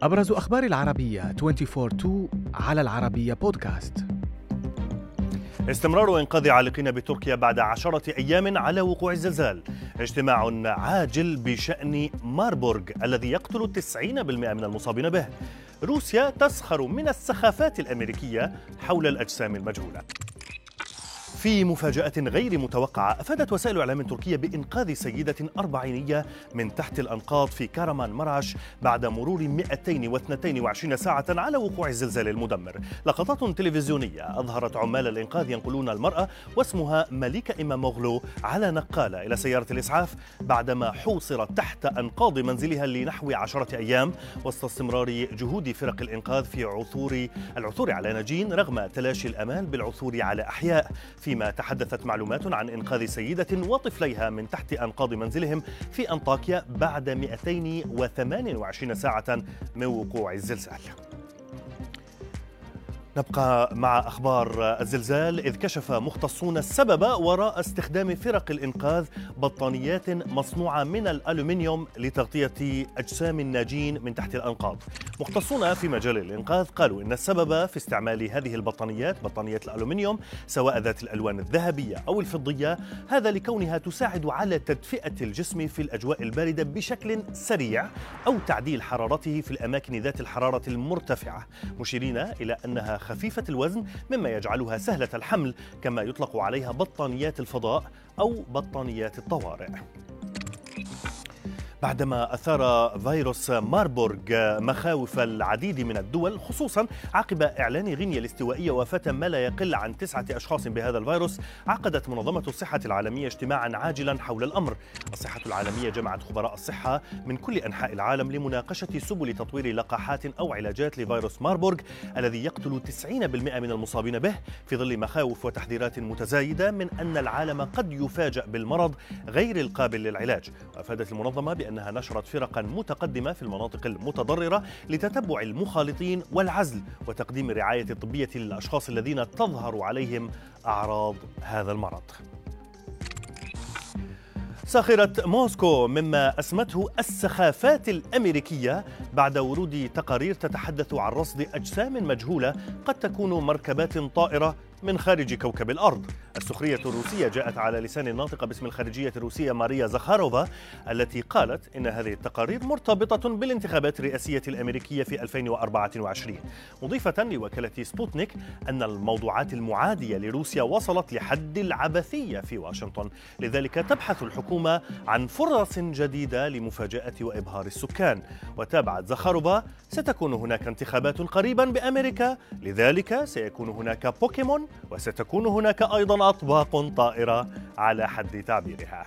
أبرز أخبار العربية 24/2 على العربية بودكاست. استمرار إنقاذ عالقين بتركيا بعد 10 أيام على وقوع الزلزال. اجتماع عاجل بشأن ماربورغ الذي يقتل 90% من المصابين به. روسيا تسخر من السخافات الأمريكية حول الأجسام المجهولة. في مفاجأة غير متوقعة، أفادت وسائل إعلام تركية بإنقاذ سيدة أربعينية من تحت الأنقاض في كارمان مراش بعد مرور 222 ساعة على وقوع الزلزال المدمر. لقطات تلفزيونية أظهرت عمال الإنقاذ ينقلون المرأة واسمها مليكة إماموغلو على نقالة إلى سيارة الإسعاف بعدما حوصرت تحت أنقاض منزلها لنحو 10 أيام وسط استمرار جهود فرق الإنقاذ في العثور على ناجين رغم تلاشي الأمال بالعثور على أحياء. فيما تحدثت معلومات عن إنقاذ سيدة وطفليها من تحت أنقاض منزلهم في أنطاكيا بعد 228 ساعة من وقوع الزلزال. نبقى مع أخبار الزلزال، إذ كشف مختصون السبب وراء استخدام فرق الإنقاذ بطانيات مصنوعة من الألومنيوم لتغطية أجسام الناجين من تحت الأنقاض. مختصون في مجال الإنقاذ قالوا إن السبب في استعمال هذه بطانيات الألومنيوم سواء ذات الألوان الذهبية أو الفضية، هذا لكونها تساعد على تدفئة الجسم في الأجواء الباردة بشكل سريع أو تعديل حرارته في الأماكن ذات الحرارة المرتفعة، مشيرين إلى أنها خفيفة الوزن مما يجعلها سهلة الحمل، كما يطلق عليها بطانيات الفضاء أو بطانيات الطوارئ. بعدما أثار فيروس ماربورغ مخاوف العديد من الدول، خصوصا عقب إعلان غينيا الاستوائية وفاة ما لا يقل عن 9 أشخاص بهذا الفيروس، عقدت منظمة الصحة العالمية اجتماعا عاجلا حول الأمر. الصحة العالمية جمعت خبراء الصحة من كل أنحاء العالم لمناقشة سبل تطوير لقاحات أو علاجات لفيروس ماربورغ الذي يقتل 90% من المصابين به، في ظل مخاوف وتحذيرات متزايدة من أن العالم قد يفاجأ بالمرض غير القابل للعلاج. وأفادت المنظمة بأنها نشرت فرقا متقدمة في المناطق المتضررة لتتبع المخالطين والعزل وتقديم الرعاية الطبية للأشخاص الذين تظهر عليهم أعراض هذا المرض. سخرت موسكو مما أسمته السخافات الأمريكية بعد ورود تقارير تتحدث عن رصد أجسام مجهولة قد تكون مركبات طائرة من خارج كوكب الأرض. السخرية الروسية جاءت على لسان الناطقة باسم الخارجية الروسية ماريا زخاروفا، التي قالت إن هذه التقارير مرتبطة بالانتخابات الرئاسية الأمريكية في 2024، مضيفة لوكالة سبوتنيك أن الموضوعات المعادية لروسيا وصلت لحد العبثية في واشنطن، لذلك تبحث الحكومة عن فرص جديدة لمفاجأة وإبهار السكان. وتابعت زخاروفا: ستكون هناك انتخابات قريبا بأمريكا، لذلك سيكون هناك بوكيمون وستكون هناك أيضا أطباق طائرة على حد تعبيرها.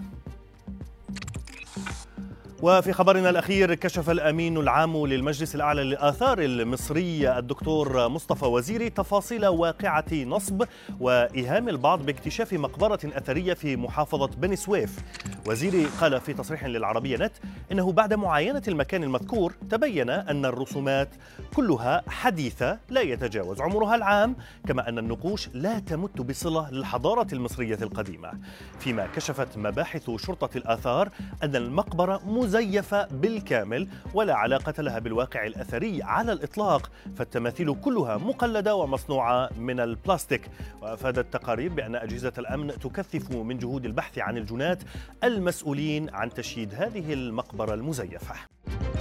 وفي خبرنا الأخير، كشف الأمين العام للمجلس الأعلى للآثار المصري الدكتور مصطفى وزيري تفاصيل واقعة نصب وإيهام البعض باكتشاف مقبرة أثرية في محافظة بني سويف. وزيري قال في تصريح للعربية نت إنه بعد معاينة المكان المذكور تبين أن الرسومات كلها حديثة لا يتجاوز عمرها العام، كما أن النقوش لا تمت بصلة للحضارة المصرية القديمة. فيما كشفت مباحث شرطة الآثار أن المقبرة مزيفة بالكامل ولا علاقة لها بالواقع الأثري على الإطلاق، فالتماثيل كلها مقلدة ومصنوعة من البلاستيك. وأفادت تقارير بأن أجهزة الأمن تكثف من جهود البحث عن الجنات المسؤولين عن تشييد هذه المقبرة المزيفة.